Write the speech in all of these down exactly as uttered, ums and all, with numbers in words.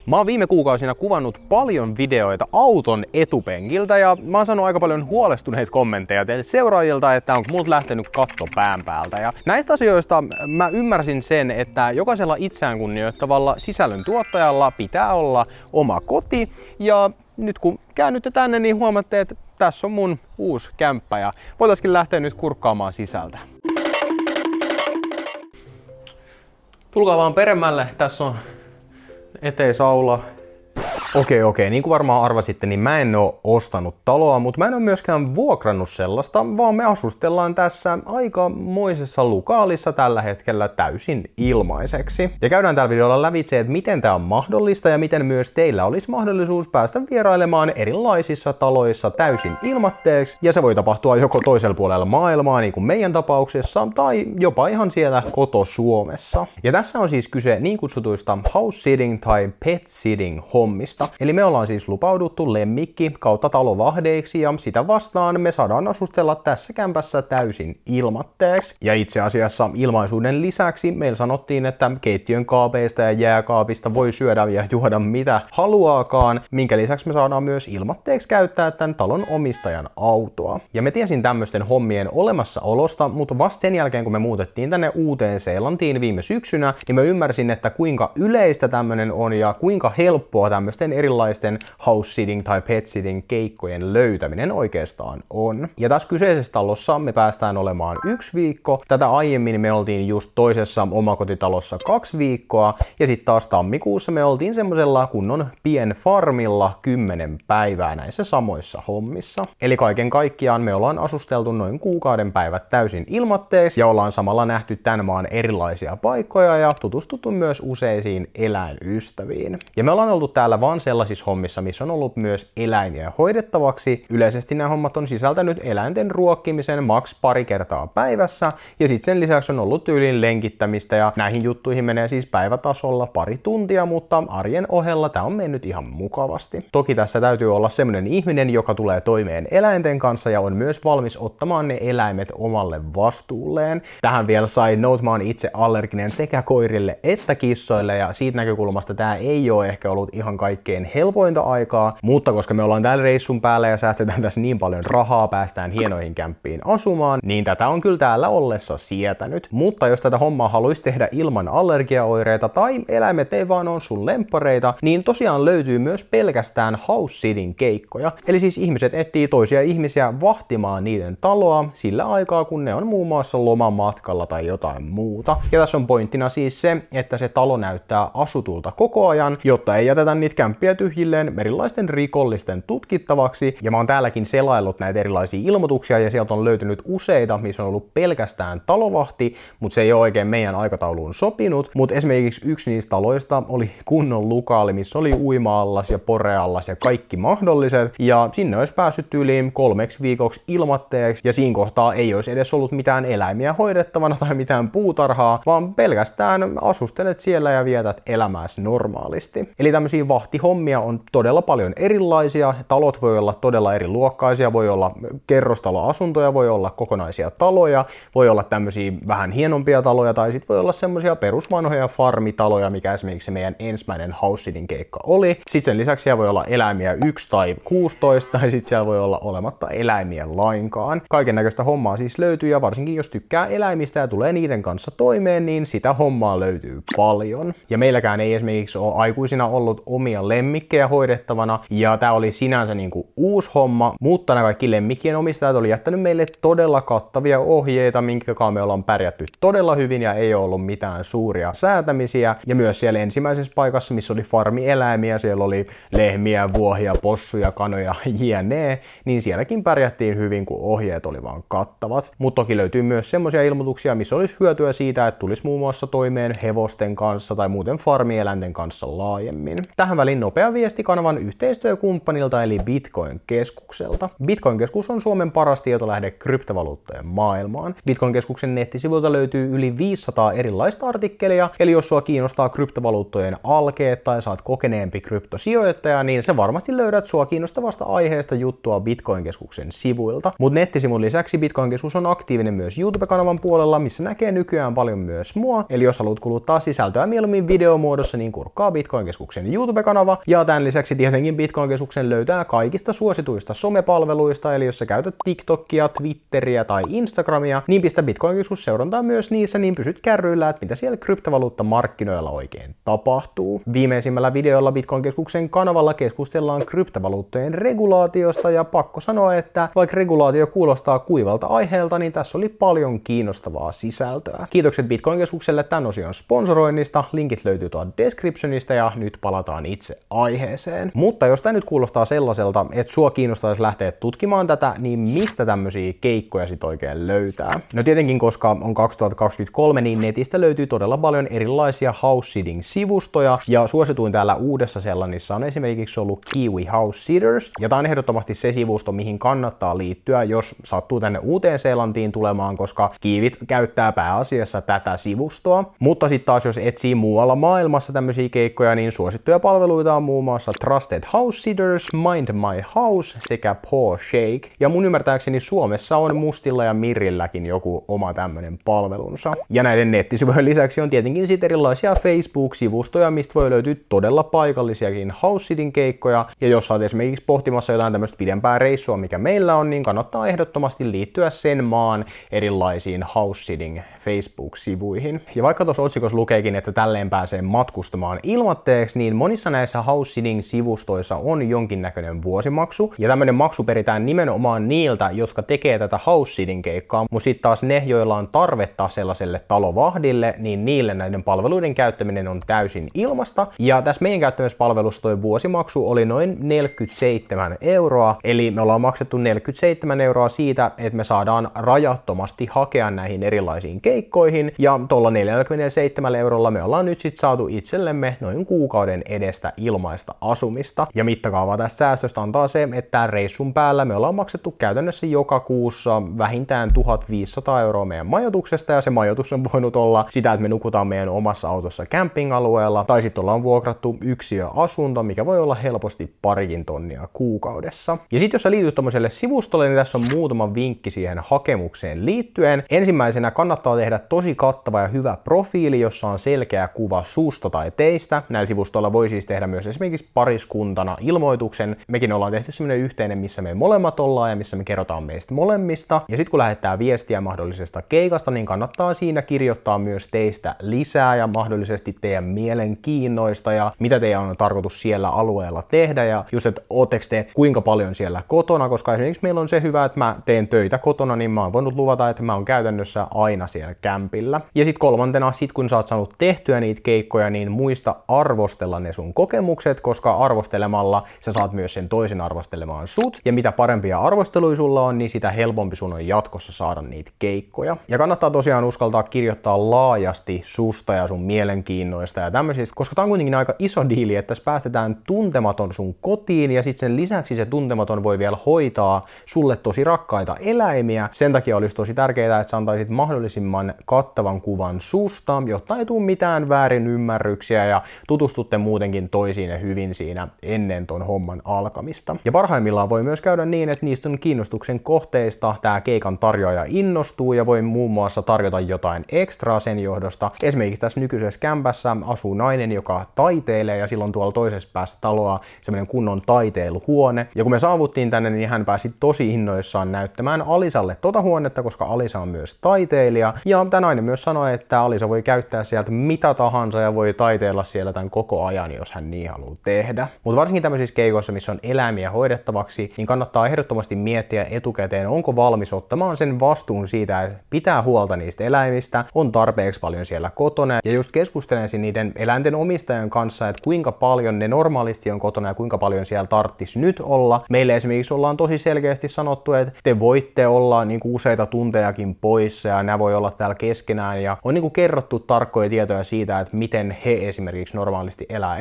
Mä oon viime kuukausina kuvannut paljon videoita auton etupenkiltä ja mä oon saanut aika paljon huolestuneita kommentteja teille seuraajilta, että onko multa lähtenyt katto pään päältä. Ja näistä asioista mä ymmärsin sen, että jokaisella itseään kunnioittavalla sisällön tuottajalla pitää olla oma koti ja nyt kun käännytte tänne, niin huomaatte, että tässä on mun uusi kämppä ja voitaisiin lähteä nyt kurkkaamaan sisältä. Tulkaa vaan peremmälle, tässä on eteisaula. Okei, okei, niin kuin varmaan arvasitte, niin mä en oo ostanut taloa, mutta mä en oo myöskään vuokrannut sellaista, vaan me asustellaan tässä aikamoisessa lukaalissa tällä hetkellä täysin ilmaiseksi. Ja käydään tällä videolla lävitse, että miten tää on mahdollista ja miten myös teillä olisi mahdollisuus päästä vierailemaan erilaisissa taloissa täysin ilmatteeksi. Ja se voi tapahtua joko toisella puolella maailmaa, niin kuin meidän tapauksessa, tai jopa ihan siellä koto-Suomessa. Ja tässä on siis kyse niin kutsutuista house sitting tai pet sitting hommista. Eli me ollaan siis lupauduttu lemmikki kautta talovahdeiksi ja sitä vastaan me saadaan asustella tässä kämpässä täysin ilmatteeksi. Ja itse asiassa ilmaisuuden lisäksi meillä sanottiin, että keittiön kaapeista ja jääkaapista voi syödä ja juoda mitä haluaakaan, minkä lisäksi me saadaan myös ilmatteeksi käyttää tämän talon omistajan autoa. Ja me tiesin tämmöisten hommien olemassaolosta, mutta vasta sen jälkeen kun me muutettiin tänne Uuteen-Seelantiin viime syksynä, niin mä ymmärsin, että kuinka yleistä tämmönen on ja kuinka helppoa tämmöisten erilaisten house sitting tai pet sitting keikkojen löytäminen oikeastaan on. Ja tässä kyseisessä talossa me päästään olemaan yksi viikko. Tätä aiemmin me oltiin just toisessa omakotitalossa kaksi viikkoa. Ja sitten taas tammikuussa me oltiin semmoisella kunnon pienfarmilla kymmenen päivää näissä samoissa hommissa. Eli kaiken kaikkiaan me ollaan asusteltu noin kuukauden päivät täysin ilmatteeksi ja ollaan samalla nähty tämän maan erilaisia paikkoja ja tutustuttu myös useisiin eläinystäviin. Ja me ollaan oltu täällä vaan sellaisissa hommissa, missä on ollut myös eläimiä hoidettavaksi. Yleisesti nämä hommat on sisältänyt eläinten ruokkimisen maks pari kertaa päivässä ja sitten sen lisäksi on ollut tyylin lenkittämistä ja näihin juttuihin menee siis päivätasolla pari tuntia, mutta arjen ohella tämä on mennyt ihan mukavasti. Toki tässä täytyy olla semmoinen ihminen, joka tulee toimeen eläinten kanssa ja on myös valmis ottamaan ne eläimet omalle vastuulleen. Tähän vielä sai note, mä oon itse allerginen sekä koirille että kissoille ja siitä näkökulmasta tämä ei ole ehkä ollut ihan kaikkein helpointa aikaa, mutta koska me ollaan täällä reissun päällä ja säästetään tässä niin paljon rahaa, päästään hienoihin kämppiin asumaan, niin tätä on kyllä täällä ollessa sietänyt. Mutta jos tätä hommaa haluaisi tehdä ilman allergiaoireita tai eläimet ei vaan ole sun lemppareita, niin tosiaan löytyy myös pelkästään house sitting keikkoja. Eli siis ihmiset etsii toisia ihmisiä vahtimaan niiden taloa sillä aikaa, kun ne on muun muassa lomamatkalla tai jotain muuta. Ja tässä on pointtina siis se, että se talo näyttää asutulta koko ajan, jotta ei jätetä niitä kämppiä tyhjilleen erilaisten rikollisten tutkittavaksi. Ja mä oon täälläkin selaillut näitä erilaisia ilmoituksia ja sieltä on löytynyt useita, missä on ollut pelkästään talovahti, mutta se ei ole oikein meidän aikatauluun sopinut. Mutta esimerkiksi yksi niistä taloista oli kunnon lukaali, missä oli uima-allas ja poreallas ja kaikki mahdolliset. Ja sinne olisi päässyt yli kolmeksi viikoksi ilmatteeksi ja siinä kohtaa ei olisi edes ollut mitään eläimiä hoidettavana tai mitään puutarhaa, vaan pelkästään asustelet siellä ja vietät elämääsi normaalisti. Eli tämmöisiä vahtihommia on todella paljon erilaisia. Talot voi olla todella eri luokkaisia, voi olla kerrostaloasuntoja, voi olla kokonaisia taloja, voi olla tämmöisiä vähän hienompia taloja tai sitten voi olla semmoisia perusvanhoja farmitaloja, mikä esimerkiksi se meidän ensimmäinen house sitting keikka oli. Sitten sen lisäksi siellä voi olla eläimiä yksi tai kuusitoista tai sitten siellä voi olla olematta eläimiä lainkaan. Kaiken näköistä hommaa siis löytyy ja varsinkin jos tykkää eläimistä ja tulee niiden kanssa toimeen, niin sitä hommaa löytyy paljon. Ja meilläkään ei esimerkiksi ole aikuisina ollut omia lemmikkejä hoidettavana ja tää oli sinänsä niinku uusi homma, mutta nämä kaikki lemmikkien omistajat oli jättänyt meille todella kattavia ohjeita, minkä me ollaan pärjätty todella hyvin ja ei ole ollut mitään suuria säätämisiä. Ja myös siellä ensimmäisessä paikassa, missä oli farmieläimiä, siellä oli lehmiä, vuohia, possuja, kanoja, jne, niin sielläkin pärjättiin hyvin, kun ohjeet oli vaan kattavat. Mutta toki löytyy myös semmoisia ilmoituksia, missä olisi hyötyä siitä, että tulisi muun muassa toimeen hevosten kanssa tai muuten farmieläinten kanssa laajemmin. Tähän väliin sain nopea viesti kanavan yhteistyökumppanilta eli Bitcoin-keskukselta. Bitcoin-keskus on Suomen paras tietolähde kryptovaluuttojen maailmaan. Bitcoin-keskuksen nettisivuilta löytyy yli viisisataa erilaista artikkelia, eli jos sua kiinnostaa kryptovaluuttojen alkeet tai saat kokeneempi kryptosijoittaja, niin sä varmasti löydät sua kiinnostavasta aiheesta juttua Bitcoin-keskuksen sivuilta. Mutta nettisivun lisäksi Bitcoin-keskus on aktiivinen myös YouTube-kanavan puolella, missä näkee nykyään paljon myös mua. Eli jos haluat kuluttaa sisältöä mieluummin videomuodossa, niin kurkkaa Bitcoin-keskuksen YouTube-kanava. Ja tämän lisäksi tietenkin Bitcoin-keskuksen löytää kaikista suosituista somepalveluista, eli jos sä käytät TikTokia, Twitteriä tai Instagramia, niin pistä Bitcoin-keskus seurantaa myös niissä, niin pysyt kärryillä, että mitä siellä kryptovaluuttamarkkinoilla oikein tapahtuu. Viimeisimmällä videolla Bitcoin-keskuksen kanavalla keskustellaan kryptovaluuttojen regulaatiosta, ja pakko sanoa, että vaikka regulaatio kuulostaa kuivalta aiheelta, niin tässä oli paljon kiinnostavaa sisältöä. Kiitokset Bitcoin-keskukselle tämän osion sponsoroinnista, linkit löytyy tuolta descriptionista, ja nyt palataan itse aiheeseen. Mutta jos tämä nyt kuulostaa sellaiselta, että sua kiinnostaisi lähteä tutkimaan tätä, niin mistä tämmöisiä keikkoja sit oikein löytää? No tietenkin, koska on kaksituhattakaksikymmentäkolme, niin netistä löytyy todella paljon erilaisia house-sitting-sivustoja, ja suosituin täällä uudessa Seelannissa on esimerkiksi ollut Kiwi House Sitters, ja tämä on ehdottomasti se sivusto, mihin kannattaa liittyä, jos sattuu tänne Uuteen Seelantiin tulemaan, koska kiivit käyttää pääasiassa tätä sivustoa. Mutta sitten taas jos etsii muualla maailmassa tämmöisiä keikkoja, niin suosittuja palveluita on muun muassa Trusted House Sitters, Mind My House sekä Paw Shake. Ja mun ymmärtääkseni Suomessa on Mustilla ja Mirrilläkin joku oma tämmönen palvelunsa. Ja näiden nettisivujen lisäksi on tietenkin sitten erilaisia Facebook-sivustoja, mistä voi löytyä todella paikallisiakin house-sitting keikkoja. Ja jos sä oot esimerkiksi pohtimassa jotain tämmöistä pidempää reissua, mikä meillä on, niin kannattaa ehdottomasti liittyä sen maan erilaisiin house-sitting Facebook-sivuihin. Ja vaikka tuossa otsikossa lukeekin, että tälleen pääsee matkustamaan ilmatteeksi, niin monissa näissä house-sitting-sivustoissa on jonkinnäköinen vuosimaksu. Ja tämmöinen maksu peritään nimenomaan niiltä, jotka tekee tätä house-sitting-keikkaa, mutta sitten taas ne, joilla on tarvetta sellaiselle talovahdille, niin niille näiden palveluiden käyttäminen on täysin ilmasta. Ja tässä meidän käyttämässä palvelussa toi vuosimaksu oli noin neljäkymmentäseitsemän euroa, eli me ollaan maksettu neljäkymmentäseitsemän euroa siitä, että me saadaan rajattomasti hakea näihin erilaisiin keikkoihin, ja tuolla neljäkymmentäseitsemän eurolla me ollaan nyt sitten saatu itsellemme noin kuukauden edestä ilmaista asumista. Ja mittakaava tästä säästöstä antaa se, että reissun päällä me ollaan maksettu käytännössä joka kuussa vähintään tuhatviisisataa euroa meidän majoituksesta, ja se majoitus on voinut olla sitä, että me nukutaan meidän omassa autossa camping-alueella, tai sitten ollaan vuokrattu yksiöasunto, mikä voi olla helposti parikin tonnia kuukaudessa. Ja sitten jos sä liityt tommoselle sivustolle, niin tässä on muutama vinkki siihen hakemukseen liittyen. Ensimmäisenä kannattaa tehdä tosi kattava ja hyvä profiili, jossa on selkeä kuva susta tai teistä. Näillä sivustoilla voi siis tehdä myös esimerkiksi pariskuntana ilmoituksen. Mekin ollaan tehty semmoinen yhteinen, missä me molemmat ollaan ja missä me kerrotaan meistä molemmista. Ja sitten kun lähettää viestiä mahdollisesta keikasta, niin kannattaa siinä kirjoittaa myös teistä lisää ja mahdollisesti teidän mielenkiinnoista ja mitä teidän on tarkoitus siellä alueella tehdä ja just, että ootteko te kuinka paljon siellä kotona, koska esimerkiksi meillä on se hyvä, että mä teen töitä kotona, niin mä oon voinut luvata, että mä oon käytännössä aina siellä kämpillä. Ja sitten kolmantena, sit kun sä oot saanut tehtyä niitä keikkoja, niin muista arvostella ne sun kokemukset, koska arvostelemalla sä saat myös sen toisen arvostelemaan sut. Ja mitä parempia arvosteluja sulla on, niin sitä helpompi sun on jatkossa saada niitä keikkoja. Ja kannattaa tosiaan uskaltaa kirjoittaa laajasti susta ja sun mielenkiinnoista ja tämmöisistä, koska tää on kuitenkin aika iso diili, että tässä päästetään tuntematon sun kotiin ja sitten sen lisäksi se tuntematon voi vielä hoitaa sulle tosi rakkaita eläimiä. Sen takia olisi tosi tärkeää, että sä antaisit mahdollisimman kattavan kuvan susta, jotta ei tule mitään väärin ymmärryksiä ja tutustutte muutenkin toisiin hyvin siinä ennen ton homman alkamista. Ja parhaimmillaan voi myös käydä niin, että niistä on kiinnostuksen kohteista tää keikan tarjoaja innostuu ja voi muun muassa tarjota jotain ekstraa sen johdosta. Esimerkiksi tässä nykyisessä kämpässä asuu nainen, joka taiteilee ja silloin tuolla toisessa päässä taloa semmoinen kunnon taiteiluhuone. Ja kun me saavuttiin tänne, niin hän pääsi tosi innoissaan näyttämään Alisalle tota huonetta, koska Alisa on myös taiteilija. Ja tämä nainen myös sanoi, että Alisa voi käyttää sieltä mitä tahansa ja voi taiteilla siellä tämän koko ajan, jos hän niin haluaa tehdä. Mutta varsinkin tämmöisissä keikoissa, missä on eläimiä hoidettavaksi, niin kannattaa ehdottomasti miettiä etukäteen, onko valmis ottamaan sen vastuun siitä, että pitää huolta niistä eläimistä, on tarpeeksi paljon siellä kotona. Ja just keskustelen niiden eläinten omistajan kanssa, että kuinka paljon ne normaalisti on kotona ja kuinka paljon siellä tarttisi nyt olla. Meille esimerkiksi ollaan tosi selkeästi sanottu, että te voitte olla niin kuin useita tuntejakin poissa ja nämä voi olla täällä keskenään ja on niin kuin kerrottu tarkkoja tietoja siitä, että miten he esimerkiksi normaalisti elää elämäänsä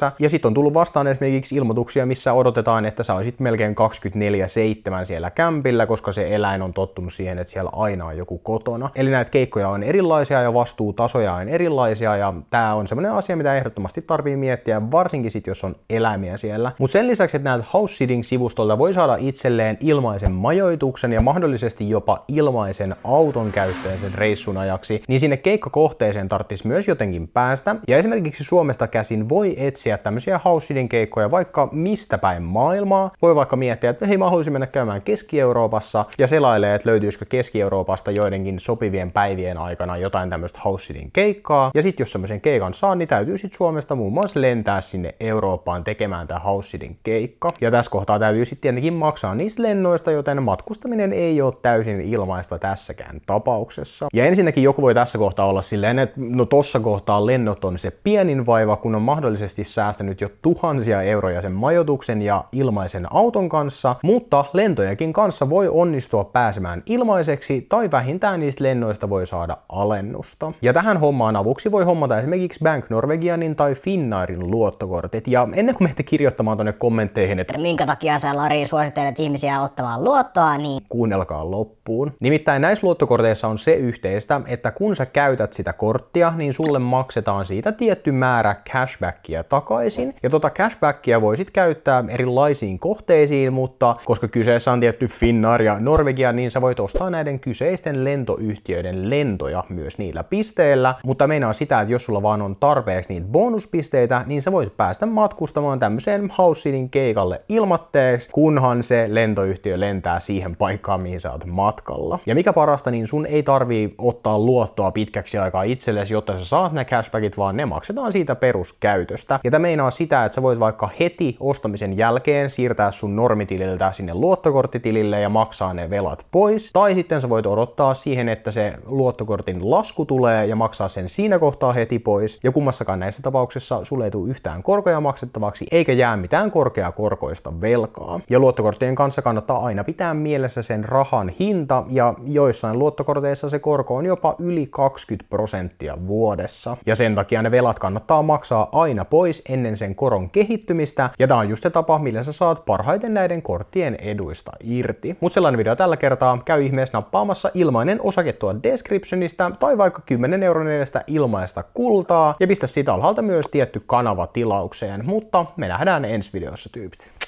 elämässä. Ja sitten on tullut vastaan esimerkiksi ilmoituksia, missä odotetaan, että sä olisit melkein kaksikymmentäneljä seitsemän siellä kämpillä, koska se eläin on tottunut siihen, että siellä aina on joku kotona. Eli näitä keikkoja on erilaisia ja vastuutasoja on erilaisia, ja tää on semmoinen asia, mitä ehdottomasti tarvii miettiä, varsinkin sit, jos on eläimiä siellä. Mutta sen lisäksi, että näiltä house sitting-sivustolta voi saada itselleen ilmaisen majoituksen ja mahdollisesti jopa ilmaisen auton käyttöön sen reissun ajaksi, niin sinne keikkakohteeseen tarvitsisi myös jotenkin päästä. Ja esimerkiksi Suomesta käsin voi etsiä tämmöisiä house sitting keikkoja vaikka mistä päin maailmaa. Voi vaikka miettiä, että hei, mä haluaisin mennä käymään Keski-Euroopassa ja selailee, että löytyisikö Keski-Euroopasta joidenkin sopivien päivien aikana jotain tämmöistä house sitting keikkaa. Ja sitten jos semmoisen keikan saa, niin täytyy sitten Suomesta muun muassa lentää sinne Eurooppaan tekemään tämä house sitting keikka. Ja tässä kohtaa täytyy sitten tietenkin maksaa niistä lennoista, joten matkustaminen ei ole täysin ilmaista tässäkään tapauksessa. Ja ensinnäkin joku voi tässä kohtaa olla silleen, että no tossa kohtaa lennot on se pienin vaiva, kun on mahdollisesti säästänyt jo tuhansia euroja sen majoituksen ja ilmaisen auton kanssa, mutta lentojakin kanssa voi onnistua pääsemään ilmaiseksi tai vähintään niistä lennoista voi saada alennusta. Ja tähän hommaan avuksi voi hommata esimerkiksi Bank Norwegianin tai Finnairin luottokortit. Ja ennen kuin menette kirjoittamaan tonne kommentteihin, että minkä takia sä, Lari, suosittelet ihmisiä ottamaan luottoa, niin kuunnelkaa loppuun. Nimittäin näissä luottokorteissa on se yhteistä, että kun sä käytät sitä korttia, niin sulle maksetaan siitä tietty määrä cashbackia takaisin. Ja tota cashbackia voisit käyttää erilaisiin kohteisiin, mutta koska kyseessä on tietty Finnair ja Norwegia, niin sä voit ostaa näiden kyseisten lentoyhtiöiden lentoja myös niillä pisteillä. Mutta meinaa sitä, että jos sulla vaan on tarpeeksi niitä bonuspisteitä, niin sä voit päästä matkustamaan tämmöiseen house sitting keikalle ilmatteeksi, kunhan se lentoyhtiö lentää siihen paikkaan, mihin sä oot matkalla. Ja mikä parasta, niin sun ei tarvii ottaa luottoa pitkäksi aikaa itsellesi, jotta sä saat ne cashbackit, vaan ne maksetaan siitä peruskäytöstä. Ja tämä meinaa sitä, että sä voit vaikka heti ostamisen jälkeen siirtää sun normitililtä sinne luottokorttitilille ja maksaa ne velat pois. Tai sitten sä voit odottaa siihen, että se luottokortin lasku tulee ja maksaa sen siinä kohtaa heti pois. Ja kummassakaan näissä tapauksissa sulle ei tule yhtään korkoja maksettavaksi, eikä jää mitään korkeakorkoista velkaa. Ja luottokorttien kanssa kannattaa aina pitää mielessä sen rahan hinta, ja joissain luottokorteissa se korko on jopa yli kaksikymmentä prosenttia vuodessa. Ja sen takia ne velat kannattaa maksaa aina pois ennen sen koron kehittymistä, ja tää on just se tapa, millä sä saat parhaiten näiden korttien eduista irti. Mut sellainen video tällä kertaa, käy ihmeessä nappaamassa ilmainen osake tuolta descriptionista, tai vaikka kymmenen euron edestä ilmaista kultaa, ja pistä siitä alhaalta myös tietty kanava tilaukseen, mutta me nähdään ensi videossa, tyypit.